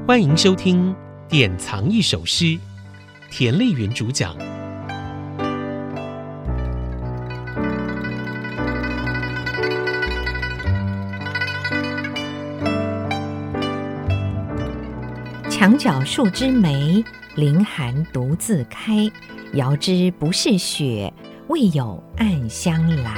欢迎收听典藏一首诗，田丽云主讲。 墙角数枝梅，凌寒独自开。遥知不是雪，为有暗香来。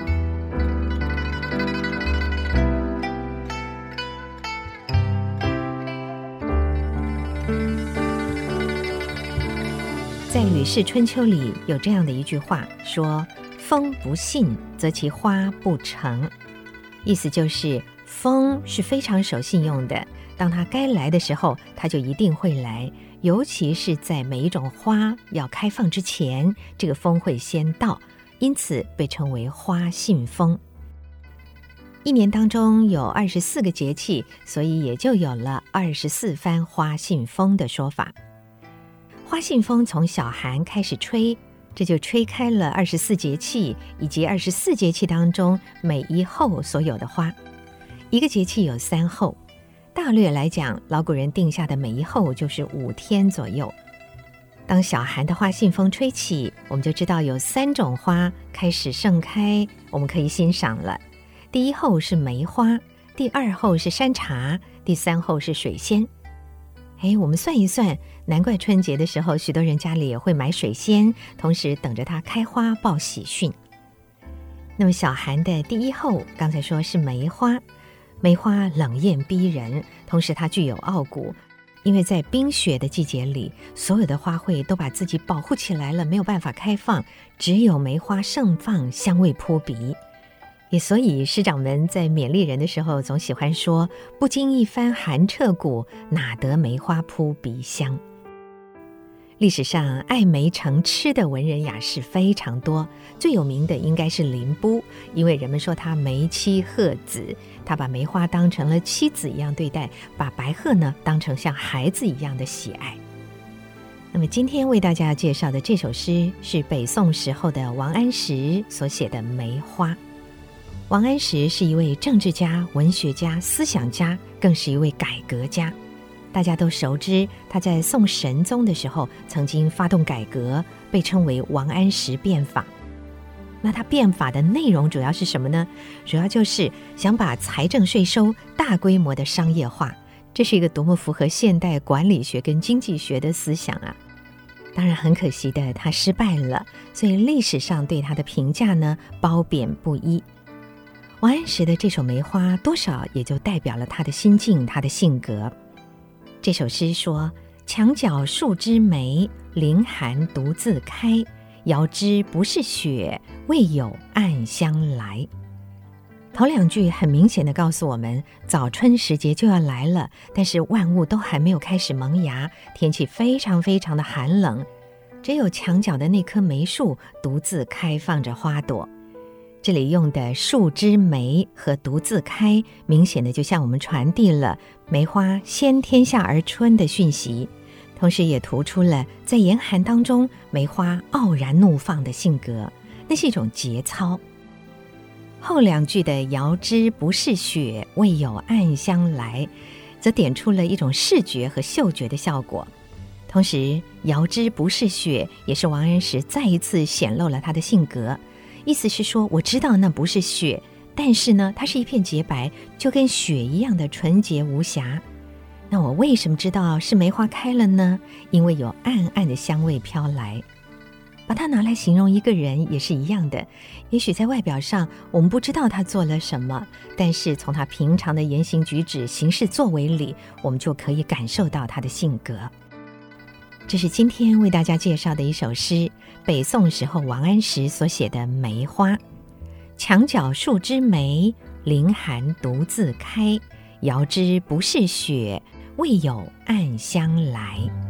在《吕氏春秋》里有这样的一句话，说风不信，则其花不成。意思就是风是非常守信用的，当它该来的时候，它就一定会来，尤其是在每一种花要开放之前，这个风会先到，因此被称为花信风。一年当中有24个节气，所以也就有了24番花信风的说法。花信风从小寒开始吹，这就吹开了24节气以及24节气当中每一候所有的花。一个节气有3候，大略来讲，老古人定下的每一候就是5天左右。当小寒的花信风吹起，我们就知道有3种花开始盛开，我们可以欣赏了。第一候是梅花，第2候是山茶，第3候是水仙。我们算一算，难怪春节的时候许多人家里也会买水仙，同时等着它开花报喜讯。那么小寒的第一候，刚才说是梅花，梅花冷艳逼人，同时它具有傲骨，因为在冰雪的季节里，所有的花卉都把自己保护起来了，没有办法开放，只有梅花盛放，香味扑鼻。也所以师长们在勉励人的时候总喜欢说，不经一番寒彻骨，哪得梅花扑鼻香。历史上爱梅成痴的文人雅士非常多，最有名的应该是林逋，因为人们说他梅妻鹤子，他把梅花当成了妻子一样对待，把白鹤呢当成像孩子一样的喜爱。那么今天为大家介绍的这首诗是北宋时候的王安石所写的《梅花》。王安石是一位政治家、文学家、思想家，更是一位改革家。大家都熟知，他在宋神宗的时候曾经发动改革，被称为王安石变法。那他变法的内容主要是什么呢？主要就是想把财政税收大规模的商业化，这是一个多么符合现代管理学跟经济学的思想啊！当然很可惜的，他失败了，所以历史上对他的评价呢褒贬不一。王安石的这首《梅花》多少也就代表了他的心境，他的性格。这首诗说，墙角数枝梅，凌寒独自开。遥知不是雪，为有暗香来。头2句很明显的告诉我们，早春时节就要来了，但是万物都还没有开始萌芽，天气非常非常的寒冷，只有墙角的那棵梅树独自开放着花朵。这里用的数枝梅和独自开，明显的就向我们传递了梅花先天下而春的讯息，同时也突出了在严寒当中梅花傲然怒放的性格，那是一种节操。后2句的遥知不是雪，为有暗香来，则点出了一种视觉和嗅觉的效果。同时遥知不是雪也是王安石再一次显露了他的性格，意思是说，我知道那不是雪，但是呢，它是一片洁白，就跟雪一样的纯洁无瑕。那我为什么知道是梅花开了呢？因为有暗暗的香味飘来。把它拿来形容一个人也是一样的，也许在外表上我们不知道他做了什么，但是从他平常的言行举止、行事作为里，我们就可以感受到他的性格。这是今天为大家介绍的一首诗，北宋时候王安石所写的《梅花》。墙角数枝梅，凌寒独自开。遥知不是雪，为有暗香来。